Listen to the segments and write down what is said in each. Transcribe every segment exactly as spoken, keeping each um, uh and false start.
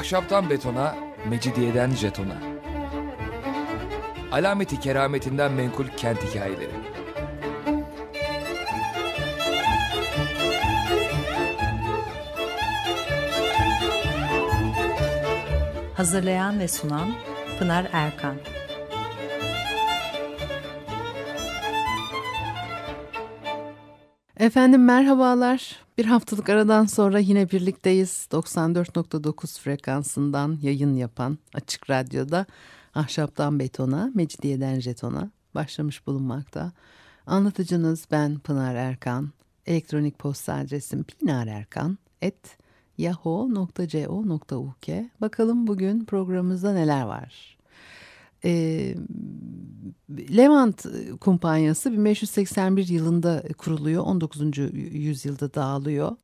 Ahşaptan betona, mecidiyeden jetona. Alameti kerametinden menkul kent hikayeleri. Hazırlayan ve sunan Pınar Erkan. Efendim merhabalar. Bir haftalık aradan sonra yine birlikteyiz. doksan dört nokta dokuz frekansından yayın yapan Açık Radyo'da Ahşaptan Betona, Mecidiyeden Jeton'a başlamış bulunmakta. Anlatıcınız ben Pınar Erkan. Elektronik posta adresim pinarerkan at yahoo nokta co nokta uk. Bakalım bugün programımızda neler var? Ee, Levant Kumpanyası bin beş yüz seksen bir yılında kuruluyor. on dokuzuncu yüzyılda dağılıyor.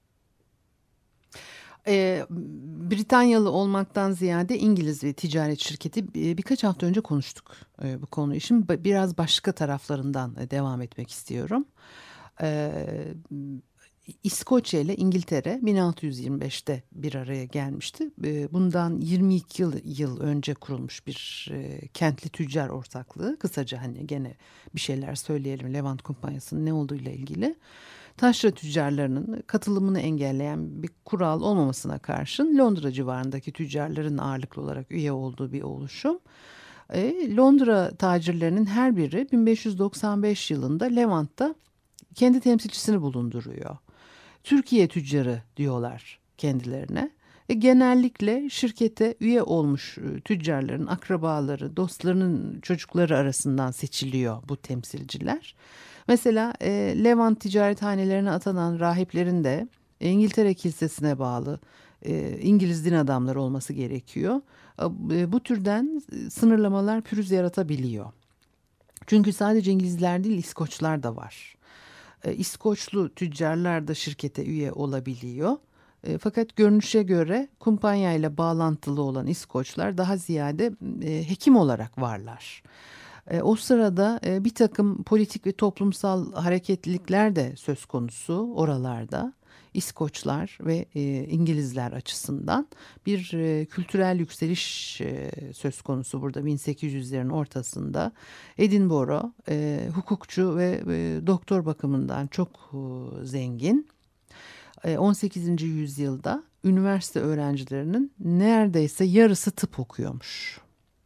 Ee, Britanyalı olmaktan ziyade İngiliz bir ticaret şirketi. Birkaç hafta önce konuştuk e, bu konuyu. Şimdi biraz başka taraflarından devam etmek istiyorum. Ee, İskoçya ile İngiltere bin altı yüz yirmi beşte bir araya gelmişti. Bundan yirmi iki yıl, yıl önce kurulmuş bir e, kentli tüccar ortaklığı. Kısaca hani gene bir şeyler söyleyelim Levant Kumpanyası'nın ne olduğuyla ilgili. Taşra tüccarlarının katılımını engelleyen bir kural olmamasına karşın Londra civarındaki tüccarların ağırlıklı olarak üye olduğu bir oluşum. E, Londra tacirlerinin her biri bin beş yüz doksan beş yılında Levant'ta kendi temsilcisini bulunduruyor. Türkiye tüccarı diyorlar kendilerine. E, genellikle şirkete üye olmuş tüccarların akrabaları, dostlarının çocukları arasından seçiliyor bu temsilciler. Mesela e, Levant ticarethanelerine atanan rahiplerin de e, İngiltere Kilisesi'ne bağlı e, İngiliz din adamları olması gerekiyor. E, bu türden sınırlamalar pürüz yaratabiliyor. Çünkü sadece İngilizler değil İskoçlar da var. İskoçlu tüccarlar da şirkete üye olabiliyor. E, fakat görünüşe göre kumpanyayla bağlantılı olan İskoçlar daha ziyade e, hekim olarak varlar. E, o sırada e, bir takım politik ve toplumsal hareketlilikler de söz konusu oralarda. İskoçlar ve e, İngilizler açısından bir e, kültürel yükseliş e, söz konusu burada bin sekiz yüzlerin ortasında. Edinburgh e, hukukçu ve e, doktor bakımından çok e, zengin. E, on sekizinci yüzyılda üniversite öğrencilerinin neredeyse yarısı tıp okuyormuş.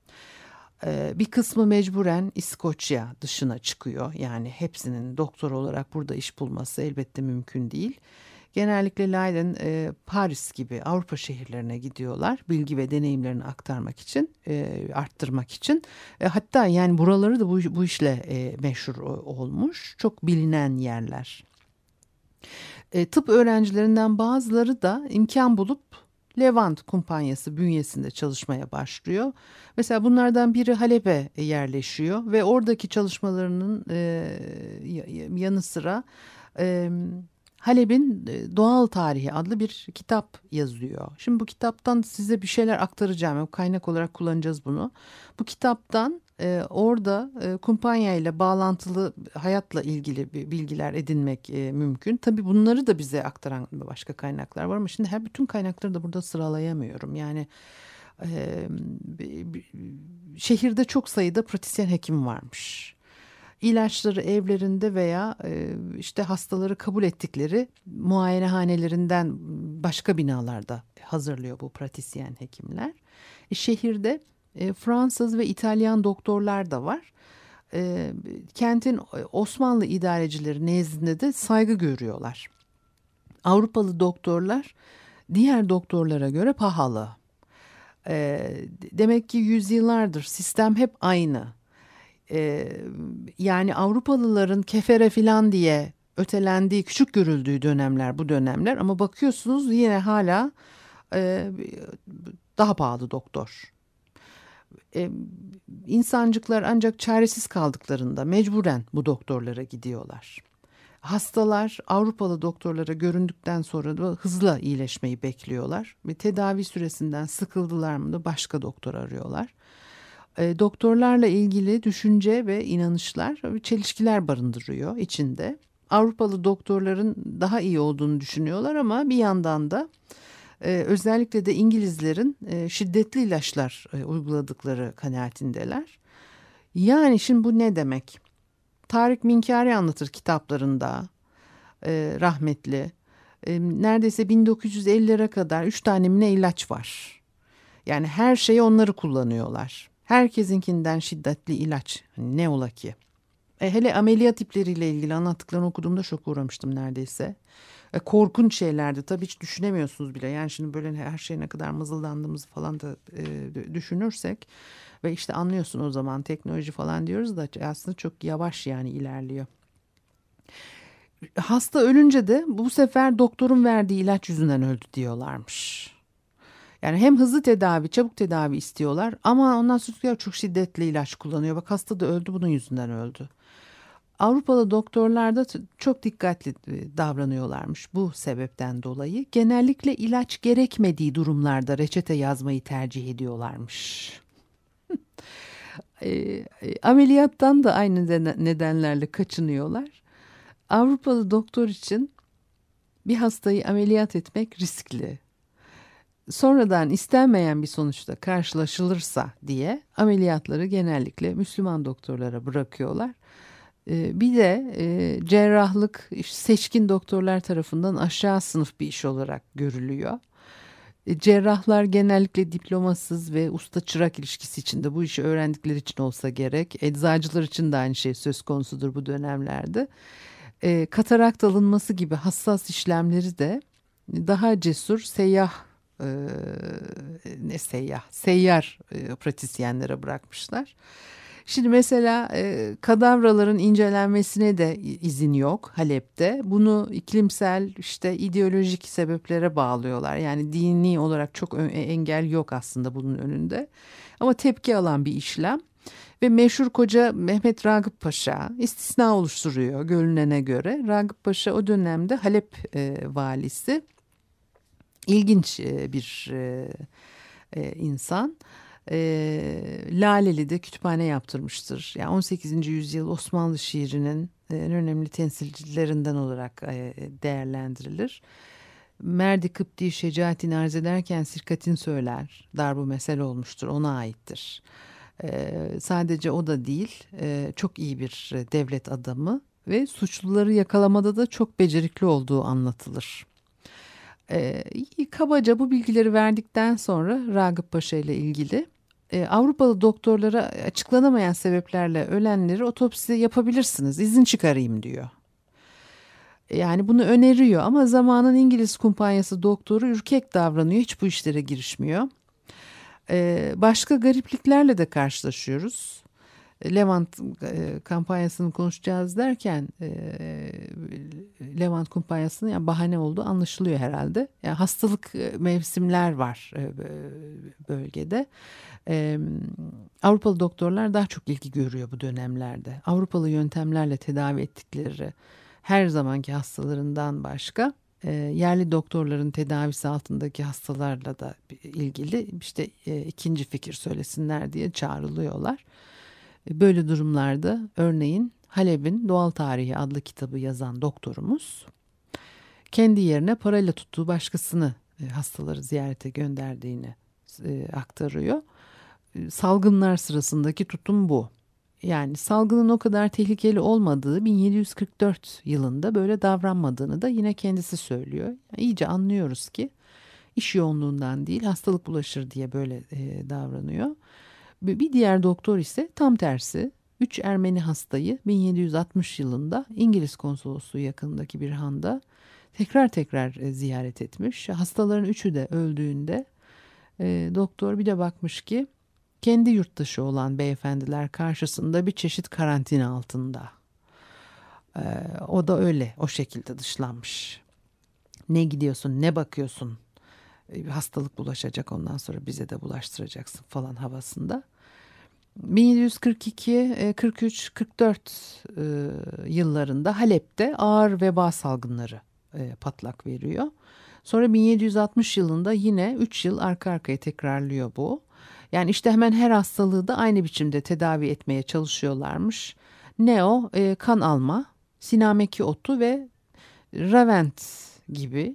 E, bir kısmı mecburen İskoçya dışına çıkıyor. Yani hepsinin doktor olarak burada iş bulması elbette mümkün değil. Genellikle Leiden, e, Paris gibi Avrupa şehirlerine gidiyorlar bilgi ve deneyimlerini aktarmak için, e, arttırmak için. E, hatta yani buraları da bu, bu işle e, meşhur olmuş, çok bilinen yerler. E, tıp öğrencilerinden bazıları da imkan bulup Levant Kumpanyası bünyesinde çalışmaya başlıyor. Mesela bunlardan biri Halep'e yerleşiyor ve oradaki çalışmalarının e, yanı sıra E, Halep'in Doğal Tarihi adlı bir kitap yazıyor. Şimdi bu kitaptan size bir şeyler aktaracağım. Kaynak olarak kullanacağız bunu. Bu kitaptan e, orada e, kumpanya ile bağlantılı hayatla ilgili bilgiler edinmek e, mümkün. Tabii bunları da bize aktaran başka kaynaklar var ama şimdi her bütün kaynakları da burada sıralayamıyorum. Yani e, şehirde çok sayıda pratisyen hekim varmış. İlaçları evlerinde veya e, işte hastaları kabul ettikleri muayenehanelerinden başka binalarda hazırlıyor bu pratisyen hekimler. E, şehirde e, Fransız ve İtalyan doktorlar da var. E, kentin Osmanlı idarecileri nezdinde de saygı görüyorlar. Avrupalı doktorlar diğer doktorlara göre pahalı. E, demek ki yüzyıllardır sistem hep aynı. Ee, yani Avrupalıların kefere filan diye ötelendiği, küçük görüldüğü dönemler bu dönemler ama bakıyorsunuz yine hala e, daha pahalı doktor. E, insancıklar ancak çaresiz kaldıklarında mecburen bu doktorlara gidiyorlar. Hastalar Avrupalı doktorlara göründükten sonra da hızla iyileşmeyi bekliyorlar. Ve tedavi süresinden sıkıldılar mı da başka doktor arıyorlar. E, doktorlarla ilgili düşünce ve inanışlar ve çelişkiler barındırıyor içinde. Avrupalı doktorların daha iyi olduğunu düşünüyorlar ama bir yandan da e, özellikle de İngilizlerin e, şiddetli ilaçlar e, uyguladıkları kanaatindeler. Yani şimdi bu ne demek? Tarık Minkari anlatır kitaplarında, e, rahmetli. E, neredeyse bin dokuz yüz ellilere kadar üç tane mi ne ilaç var. Yani her şeyi onları kullanıyorlar. Herkesinkinden şiddetli ilaç. Ne ola ki? E, hele ameliyat tipleriyle ilgili anlattıklarını okuduğumda şok uğramıştım neredeyse. E, korkunç şeylerdi. Tabii hiç düşünemiyorsunuz bile. Yani şimdi böyle her şeye ne kadar mızıldandığımızı falan da e, düşünürsek ve işte anlıyorsun o zaman teknoloji falan diyoruz da aslında çok yavaş yani ilerliyor. Hasta ölünce de bu sefer doktorun verdiği ilaç yüzünden öldü diyorlarmış. Yani hem hızlı tedavi, çabuk tedavi istiyorlar ama ondan sonra çok şiddetli ilaç kullanıyor. Bak hasta da öldü, bunun yüzünden öldü. Avrupalı doktorlar da çok dikkatli davranıyorlarmış bu sebepten dolayı. Genellikle ilaç gerekmediği durumlarda reçete yazmayı tercih ediyorlarmış. e, ameliyattan da aynı nedenlerle kaçınıyorlar. Avrupalı doktor için bir hastayı ameliyat etmek riskli. Sonradan istenmeyen bir sonuçta karşılaşılırsa diye ameliyatları genellikle Müslüman doktorlara bırakıyorlar. Bir de e, cerrahlık seçkin doktorlar tarafından aşağı sınıf bir iş olarak görülüyor. E, cerrahlar genellikle diplomasız ve usta çırak ilişkisi içinde, bu işi öğrendikleri için olsa gerek. Eczacılar için de aynı şey söz konusudur bu dönemlerde. E, katarakt alınması gibi hassas işlemleri de daha cesur seyyah e, ne seyyah seyyar e, pratisyenlere bırakmışlar. Şimdi mesela e, kadavraların incelenmesine de izin yok Halep'te. Bunu iklimsel işte ideolojik sebeplere bağlıyorlar. Yani dini olarak çok engel yok aslında bunun önünde. Ama tepki alan bir işlem. Ve meşhur koca Mehmet Ragıp Paşa istisna oluşturuyor görünene göre. Ragıp Paşa o dönemde Halep e, valisi. İlginç e, bir e, e, insan. E, Laleli'de kütüphane yaptırmıştır. Yani on sekizinci yüzyıl Osmanlı şiirinin en önemli temsilcilerinden olarak e, değerlendirilir. Merdi Kıpti şecaatini arz ederken sirkatin söyler. Darbu mesel olmuştur, ona aittir. E, sadece o da değil, e, çok iyi bir devlet adamı ve suçluları yakalamada da çok becerikli olduğu anlatılır. E, kabaca bu bilgileri verdikten sonra Ragıp Paşa ile ilgili e, Avrupalı doktorlara açıklanamayan sebeplerle ölenleri otopsi yapabilirsiniz, izin çıkarayım diyor. Yani bunu öneriyor ama zamanın İngiliz kumpanyası doktoru ürkek davranıyor, hiç bu işlere girişmiyor. E, başka garipliklerle de karşılaşıyoruz. Levant e, kampanyasını konuşacağız derken e, Levant kampanyasının yani bahane olduğu anlaşılıyor herhalde. Yani hastalık e, mevsimler var e, bölgede. E, Avrupalı doktorlar daha çok ilgi görüyor bu dönemlerde. Avrupalı yöntemlerle tedavi ettikleri her zamanki hastalarından başka e, yerli doktorların tedavisi altındaki hastalarla da ilgili işte e, ikinci fikir söylesinler diye çağrılıyorlar. Böyle durumlarda örneğin Halep'in Doğal Tarihi adlı kitabı yazan doktorumuz kendi yerine parayla tuttuğu başkasını hastaları ziyarete gönderdiğini aktarıyor. Salgınlar sırasındaki tutum bu. Yani salgının o kadar tehlikeli olmadığı, bin yedi yüz kırk dört yılında böyle davranmadığını da yine kendisi söylüyor. Yani iyice anlıyoruz ki iş yoğunluğundan değil, hastalık bulaşır diye böyle davranıyor. Bir diğer doktor ise tam tersi, üç Ermeni hastayı bin yedi yüz altmış yılında İngiliz konsolosluğu yakınındaki bir handa tekrar tekrar ziyaret etmiş. Hastaların üçü de öldüğünde e, doktor bir de bakmış ki kendi yurttaşı olan beyefendiler karşısında bir çeşit karantina altında. E, o da öyle, o şekilde dışlanmış. Ne gidiyorsun, ne bakıyorsun? Hastalık bulaşacak, ondan sonra bize de bulaştıracaksın falan havasında. bin yedi yüz kırk iki, kırk üç, kırk dört yıllarında Halep'te ağır veba salgınları patlak veriyor. Sonra bin yedi yüz altmış yılında yine üç yıl arka arkaya tekrarlıyor bu. Yani işte hemen her hastalığı da aynı biçimde tedavi etmeye çalışıyorlarmış. Ne o? Kan alma, sinameki otu ve Ravent gibi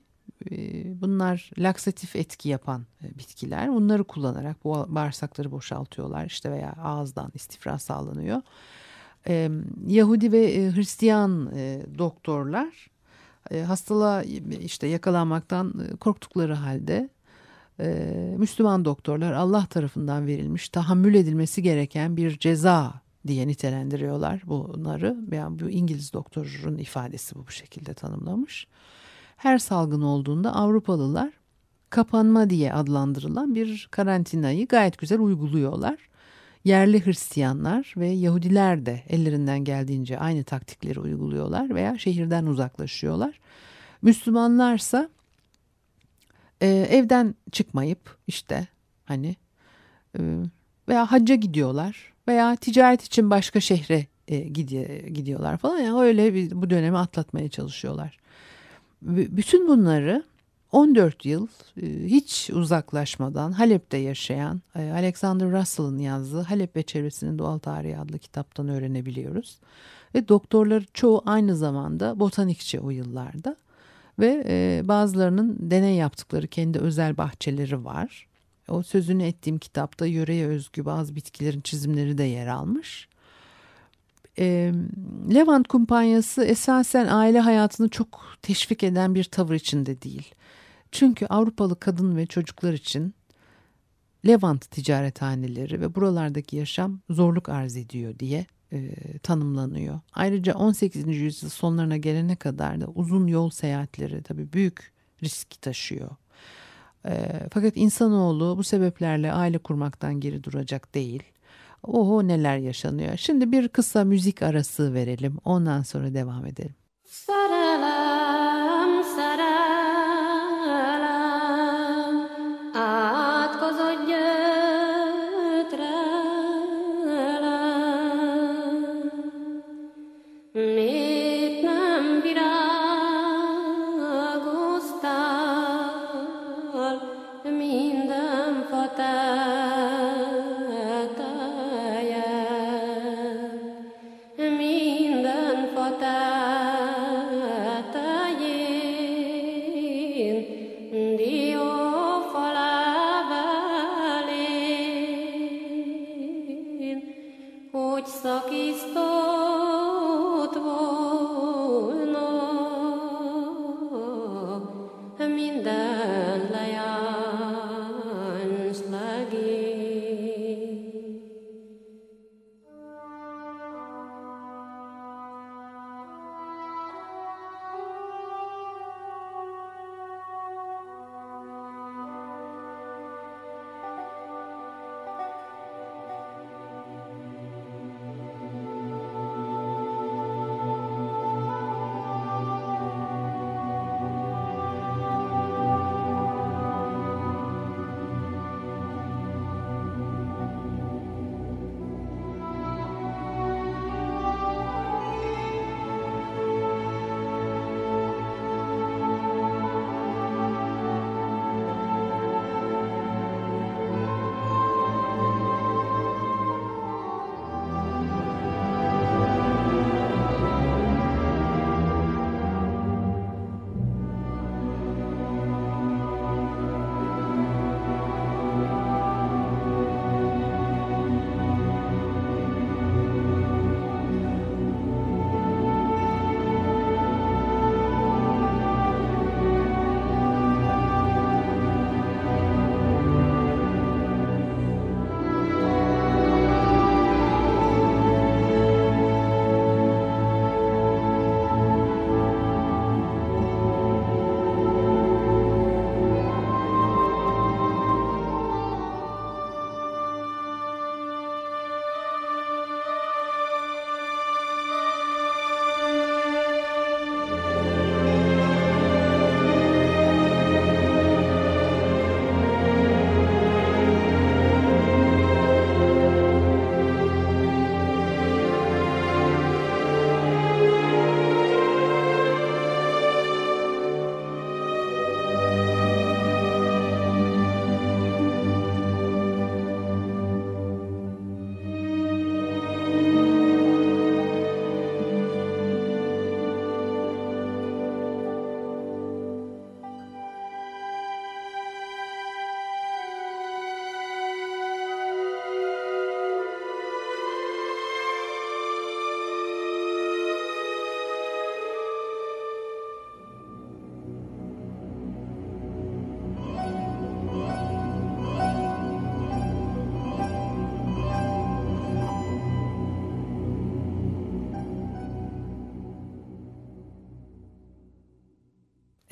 bunlar laksatif etki yapan bitkiler. Bunları kullanarak bu bağırsakları boşaltıyorlar işte veya ağızdan istifra sağlanıyor. Ee, Yahudi ve Hristiyan e, doktorlar e, hastalığa işte yakalanmaktan korktukları halde e, Müslüman doktorlar Allah tarafından verilmiş tahammül edilmesi gereken bir ceza diye nitelendiriyorlar bunları. Yani bu İngiliz doktorun ifadesi bu bu şekilde tanımlamış. Her salgın olduğunda Avrupalılar kapanma diye adlandırılan bir karantinayı gayet güzel uyguluyorlar. Yerli Hristiyanlar ve Yahudiler de ellerinden geldiğince aynı taktikleri uyguluyorlar veya şehirden uzaklaşıyorlar. Müslümanlarsa e, evden çıkmayıp işte hani e, veya hacca gidiyorlar veya ticaret için başka şehre e, gidiyorlar falan. Yani öyle bir, bu dönemi atlatmaya çalışıyorlar. Bütün bunları on dört yıl hiç uzaklaşmadan Halep'te yaşayan Alexander Russell'ın yazdığı Halep ve Çevresinin Doğal Tarihi adlı kitaptan öğrenebiliyoruz. Ve doktorlar çoğu aynı zamanda botanikçi o yıllarda ve bazılarının deney yaptıkları kendi özel bahçeleri var. O sözünü ettiğim kitapta yöreye özgü bazı bitkilerin çizimleri de yer almış. E, Levant Kumpanyası esasen aile hayatını çok teşvik eden bir tavır içinde değil. Çünkü Avrupalı kadın ve çocuklar için Levant ticarethaneleri ve buralardaki yaşam zorluk arz ediyor diye e, tanımlanıyor. Ayrıca on sekizinci yüzyıl sonlarına gelene kadar da uzun yol seyahatleri tabii büyük risk taşıyor. E, fakat insanoğlu bu sebeplerle aile kurmaktan geri duracak değil. Oho neler yaşanıyor. Şimdi bir kısa müzik arası verelim. Ondan sonra devam edelim. Szerelem, szerelem, átkozott gyötrelem. Miért nem virágoztál minden fa tetején, minden fa tetején, diófa levelén, hogy szakisztott volna minden lejáns legény.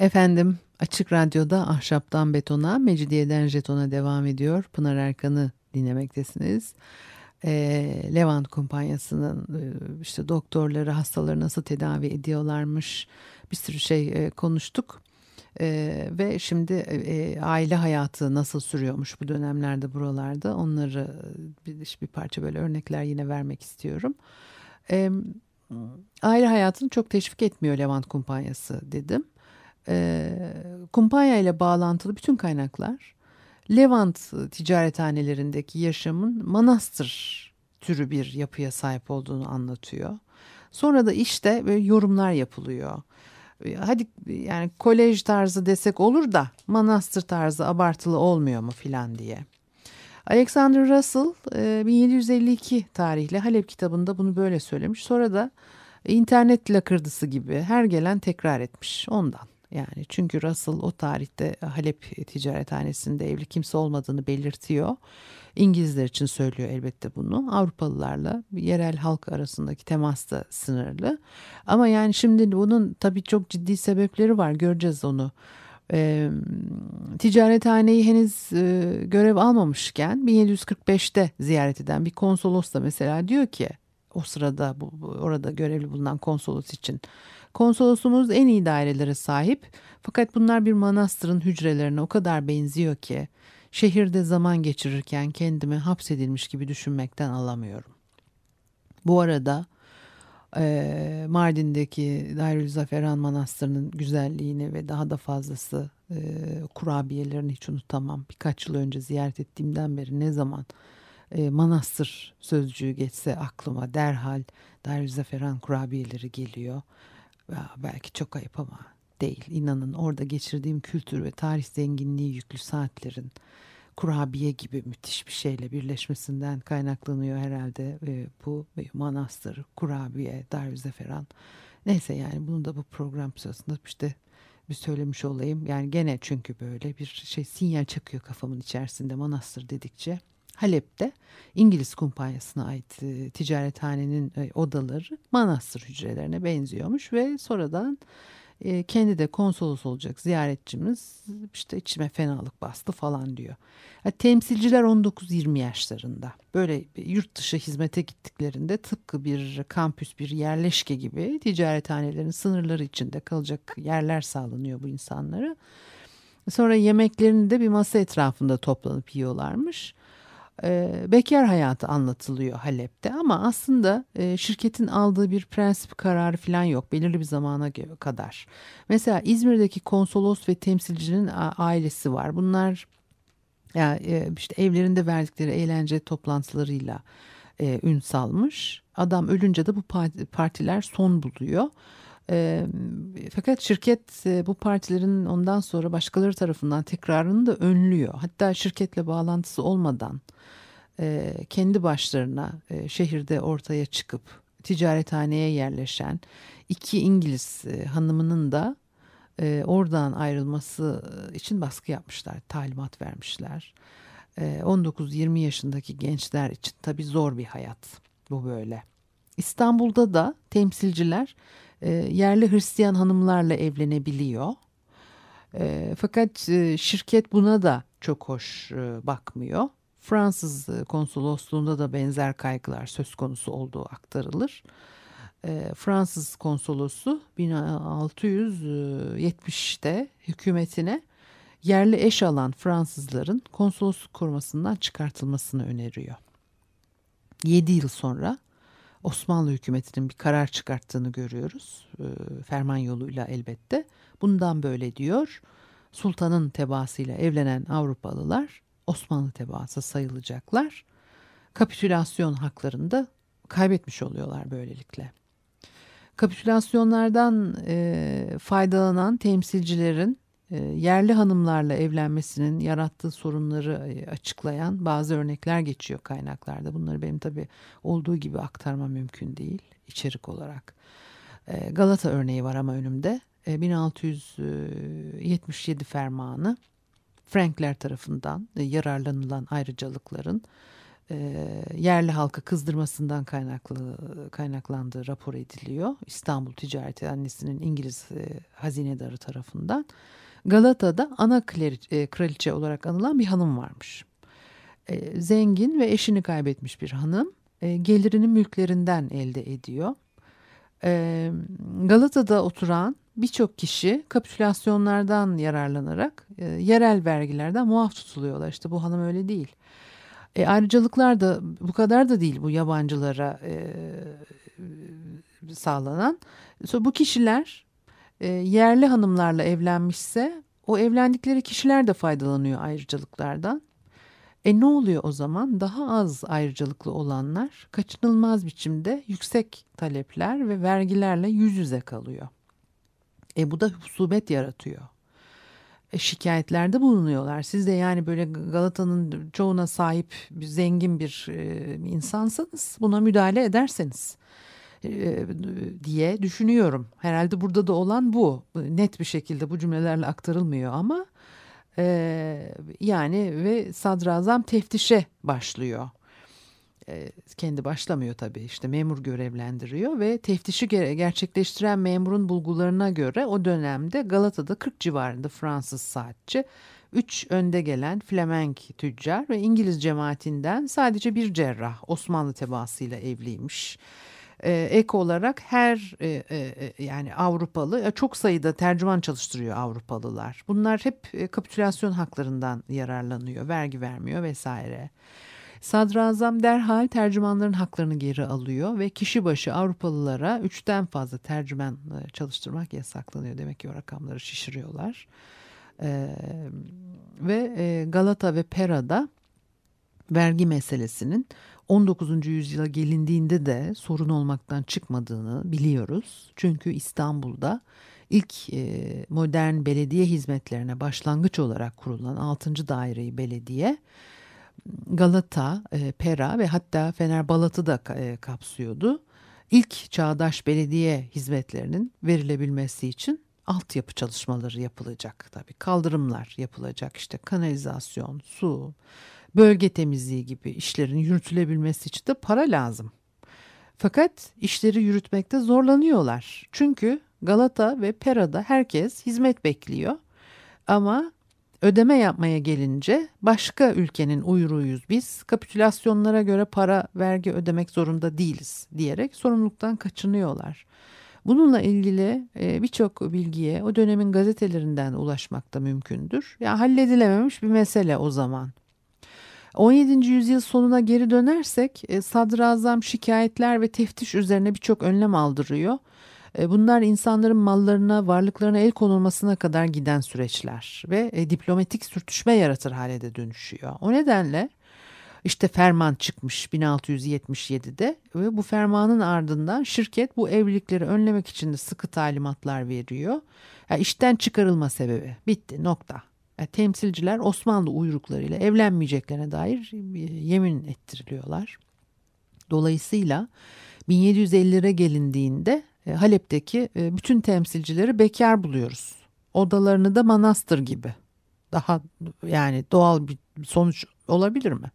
Efendim, Açık Radyo'da Ahşaptan Betona, Mecidiyeden Jeton'a devam ediyor. Pınar Erkan'ı dinlemektesiniz. E, Levant Kumpanyası'nın e, işte doktorları hastaları nasıl tedavi ediyorlarmış, bir sürü şey e, konuştuk. E, ve şimdi e, aile hayatı nasıl sürüyormuş bu dönemlerde buralarda, onları bir, bir parça böyle örnekler yine vermek istiyorum. E, aile hayatını çok teşvik etmiyor Levant Kumpanyası dedim. E, kumpanya ile bağlantılı bütün kaynaklar Levant ticarethanelerindeki yaşamın manastır türü bir yapıya sahip olduğunu anlatıyor. Sonra da işte böyle yorumlar yapılıyor. Hadi yani kolej tarzı desek olur da manastır tarzı abartılı olmuyor mu filan diye. Alexander Russell bin yedi yüz elli iki tarihli Halep kitabında bunu böyle söylemiş. Sonra da internet lakırdısı gibi her gelen tekrar etmiş ondan. Yani çünkü Russell o tarihte Halep ticarethanesinde evli kimse olmadığını belirtiyor. İngilizler için söylüyor elbette bunu. Avrupalılarla yerel halk arasındaki temas da sınırlı. Ama yani şimdi bunun tabii çok ciddi sebepleri var. Göreceğiz onu. E, ticarethaneyi henüz e, görev almamışken bin yedi yüz kırk beşte ziyaret eden bir konsolos da mesela diyor ki o sırada bu, bu, orada görevli bulunan konsolos için, konsolosumuz en iyi dairelere sahip fakat bunlar bir manastırın hücrelerine o kadar benziyor ki şehirde zaman geçirirken kendimi hapsedilmiş gibi düşünmekten alamıyorum. Bu arada e, Mardin'deki Darülzaferan Manastırı'nın güzelliğini ve daha da fazlası e, kurabiyelerini hiç unutamam. Birkaç yıl önce ziyaret ettiğimden beri ne zaman e, manastır sözcüğü geçse aklıma derhal Darülzaferan kurabiyeleri geliyor. Ya, belki çok ayıp ama değil. İnanın orada geçirdiğim kültür ve tarih zenginliği yüklü saatlerin kurabiye gibi müthiş bir şeyle birleşmesinden kaynaklanıyor herhalde e, bu manastır, kurabiye, Darülzaferan. Neyse yani bunu da bu program sırasında işte bir söylemiş olayım. Yani gene çünkü böyle bir şey sinyal çakıyor kafamın içerisinde manastır dedikçe. Halep'te İngiliz kumpanyasına ait e, ticarethanenin e, odaları manastır hücrelerine benziyormuş ve sonradan e, kendi de konsolos olacak ziyaretçimiz işte içime fenalık bastı falan diyor. Yani temsilciler on dokuz yirmi yaşlarında böyle yurt dışı hizmete gittiklerinde tıpkı bir kampüs, bir yerleşke gibi ticarethanelerin sınırları içinde kalacak yerler sağlanıyor bu insanlara. Sonra yemeklerini de bir masa etrafında toplanıp yiyorlarmış. Bekar hayatı anlatılıyor Halep'te ama aslında şirketin aldığı bir prensip kararı falan yok belirli bir zamana kadar. Mesela İzmir'deki konsolos ve temsilcinin ailesi var. Bunlar yani işte evlerinde verdikleri eğlence toplantılarıyla ün salmış. Adam ölünce de bu partiler son buluyor. E, fakat şirket e, bu partilerin ondan sonra başkaları tarafından tekrarını da önlüyor. Hatta şirketle bağlantısı olmadan e, kendi başlarına e, şehirde ortaya çıkıp ticarethaneye yerleşen iki İngiliz e, hanımının da e, oradan ayrılması için baskı yapmışlar, talimat vermişler. E, on dokuz yirmi yaşındaki gençler için tabii zor bir hayat bu böyle. İstanbul'da da temsilciler e, yerli Hristiyan hanımlarla evlenebiliyor. E, fakat e, şirket buna da çok hoş e, bakmıyor. Fransız konsolosluğunda da benzer kaygılar söz konusu olduğu aktarılır. E, Fransız konsolosu bin altı yüz yetmişte hükümetine yerli eş alan Fransızların konsolosluk korumasından çıkartılmasını öneriyor. yedi yıl sonra Osmanlı hükümetinin bir karar çıkarttığını görüyoruz. E, ferman yoluyla elbette. Bundan böyle diyor. Sultanın tebaasıyla evlenen Avrupalılar Osmanlı tebaası sayılacaklar. Kapitülasyon haklarını da kaybetmiş oluyorlar böylelikle. Kapitülasyonlardan e, faydalanan temsilcilerin e, yerli hanımlarla evlenmesinin yarattığı sorunları e, açıklayan bazı örnekler geçiyor kaynaklarda. Bunları benim tabii olduğu gibi aktarmam mümkün değil içerik olarak. E, Galata örneği var ama önümde. E, bin altı yüz yetmiş yedi fermanı Frankler tarafından e, yararlanılan ayrıcalıkların e, yerli halkı kızdırmasından kaynaklı kaynaklandığı rapor ediliyor. İstanbul Ticaret Annesi'nin İngiliz e, hazinedarı tarafından. Galata'da ana kleri- e, kraliçe olarak anılan bir hanım varmış. E, zengin ve eşini kaybetmiş bir hanım. E, gelirini mülklerinden elde ediyor. E, Galata'da oturan birçok kişi kapitülasyonlardan yararlanarak e, yerel vergilerden muaf tutuluyorlar. İşte bu hanım öyle değil. E, ayrıcalıklar da bu kadar da değil bu yabancılara e, sağlanan. So, bu kişiler e, yerli hanımlarla evlenmişse o evlendikleri kişiler de faydalanıyor ayrıcalıklardan. E ne oluyor o zaman? Daha az ayrıcalıklı olanlar kaçınılmaz biçimde yüksek talepler ve vergilerle yüz yüze kalıyor. E bu da husubet yaratıyor. E, şikayetlerde bulunuyorlar. Siz de yani böyle Galata'nın çoğuna sahip bir zengin bir e, insansanız buna müdahale ederseniz e, diye düşünüyorum. Herhalde burada da olan bu. Net bir şekilde bu cümlelerle aktarılmıyor ama e, yani ve sadrazam teftişe başlıyor. E, kendi başlamıyor tabii, işte memur görevlendiriyor ve teftişi gerçekleştiren memurun bulgularına göre o dönemde Galata'da kırk civarında Fransız saatçi, üç önde gelen Flemenk tüccar ve İngiliz cemaatinden sadece bir cerrah Osmanlı tebaasıyla evliymiş. Ee, ek olarak her e, e, yani Avrupalı çok sayıda tercüman çalıştırıyor Avrupalılar. Bunlar hep e, kapitülasyon haklarından yararlanıyor, vergi vermiyor vesaire. Sadrazam derhal tercümanların haklarını geri alıyor ve kişi başı Avrupalılara üçten fazla tercüman çalıştırmak yasaklanıyor. Demek ki o rakamları şişiriyorlar. Ee, ve e, Galata ve Pera'da vergi meselesinin on dokuzuncu yüzyıla gelindiğinde de sorun olmaktan çıkmadığını biliyoruz. Çünkü İstanbul'da ilk e, modern belediye hizmetlerine başlangıç olarak kurulan altıncı daireyi belediye Galata, e, Pera ve hatta Fenerbalat'ı da e, kapsıyordu. İlk çağdaş belediye hizmetlerinin verilebilmesi için altyapı çalışmaları yapılacak tabii. Kaldırımlar yapılacak, işte kanalizasyon, su, bölge temizliği gibi işlerin yürütülebilmesi için de para lazım. Fakat işleri yürütmekte zorlanıyorlar. Çünkü Galata ve Pera'da herkes hizmet bekliyor ama ödeme yapmaya gelince başka ülkenin uyruğuyuz biz, kapitülasyonlara göre para, vergi ödemek zorunda değiliz diyerek sorumluluktan kaçınıyorlar. Bununla ilgili e, birçok bilgiye o dönemin gazetelerinden ulaşmak da mümkündür. Ya halledilememiş bir mesele o zaman. on yedinci yüzyıl sonuna geri dönersek e, sadrazam şikayetler ve teftiş üzerine birçok önlem aldırıyor. Bunlar insanların mallarına, varlıklarına el konulmasına kadar giden süreçler ve e, diplomatik sürtüşme yaratır hale de dönüşüyor. O nedenle işte ferman çıkmış bin altı yüz yetmiş yedide ve bu fermanın ardından şirket bu evlilikleri önlemek için de sıkı talimatlar veriyor. Yani işten çıkarılma sebebi bitti, nokta. Yani temsilciler Osmanlı uyruklarıyla evlenmeyeceklerine dair yemin ettiriliyorlar. Dolayısıyla bin yedi yüz ellilere gelindiğinde Halep'teki bütün temsilcileri bekar buluyoruz. Odalarını da manastır gibi. Daha yani doğal bir sonuç olabilir mi?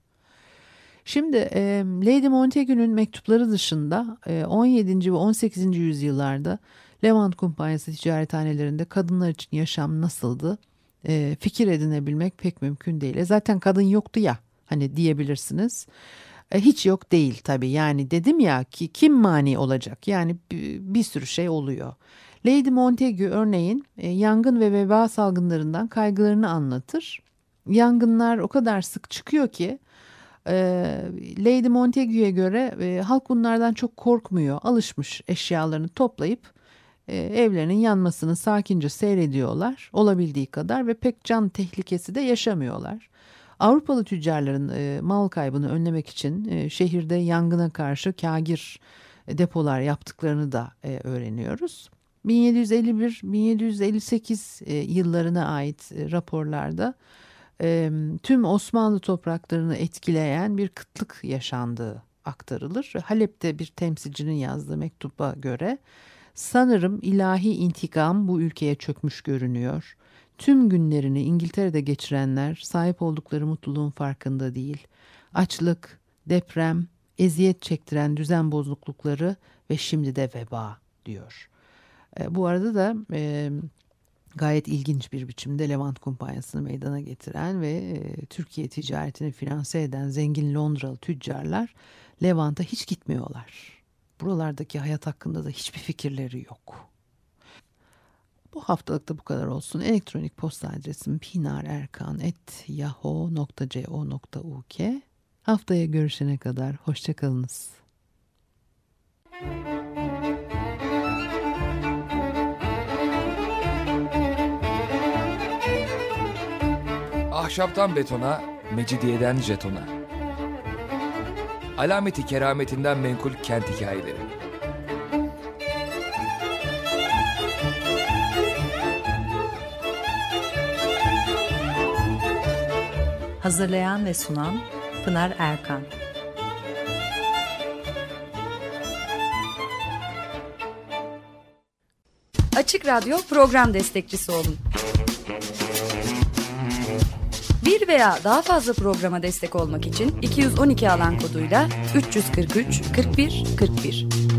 Şimdi e, Lady Montagu'nun mektupları dışında e, on yedinci ve on sekizinci yüzyıllarda Levant Kumpanyası ticarethanelerinde kadınlar için yaşam nasıldı e, fikir edinebilmek pek mümkün değil. E, zaten kadın yoktu ya hani diyebilirsiniz. Hiç yok değil tabii, yani dedim ya ki kim mani olacak, yani bir, bir sürü şey oluyor. Lady Montagu örneğin e, yangın ve veba salgınlarından kaygılarını anlatır. Yangınlar o kadar sık çıkıyor ki e, Lady Montagu'ya göre e, halk bunlardan çok korkmuyor. Alışmış, eşyalarını toplayıp e, evlerinin yanmasını sakince seyrediyorlar olabildiği kadar ve pek can tehlikesi de yaşamıyorlar. Avrupalı tüccarların e, mal kaybını önlemek için e, şehirde yangına karşı kâgir e, depolar yaptıklarını da e, öğreniyoruz. bin yedi yüz elli bir bin yedi yüz elli sekiz e, yıllarına ait e, raporlarda e, tüm Osmanlı topraklarını etkileyen bir kıtlık yaşandığı aktarılır. Halep'te bir temsilcinin yazdığı mektuba göre sanırım ilahi intikam bu ülkeye çökmüş görünüyor. Tüm günlerini İngiltere'de geçirenler sahip oldukları mutluluğun farkında değil. Açlık, deprem, eziyet çektiren düzen bozuklukları ve şimdi de veba diyor. E, bu arada da e, gayet ilginç bir biçimde Levant Kumpanyası'nı meydana getiren ve e, Türkiye ticaretini finanse eden zengin Londralı tüccarlar Levant'a hiç gitmiyorlar. Buralardaki hayat hakkında da hiçbir fikirleri yok. Bu haftalık da bu kadar olsun. Elektronik posta adresim pinarerkan at yahoo nokta co nokta uk. Haftaya görüşene kadar hoşçakalınız. Ahşaptan betona, mecidiyeden jetona. Alameti kerametinden menkul kent hikayeleri. Hazırlayan ve sunan Pınar Erkan. Açık Radyo program destekçisi olun. Bir veya daha fazla programa destek olmak için iki yüz on iki alan koduyla üç yüz kırk üç kırk bir kırk bir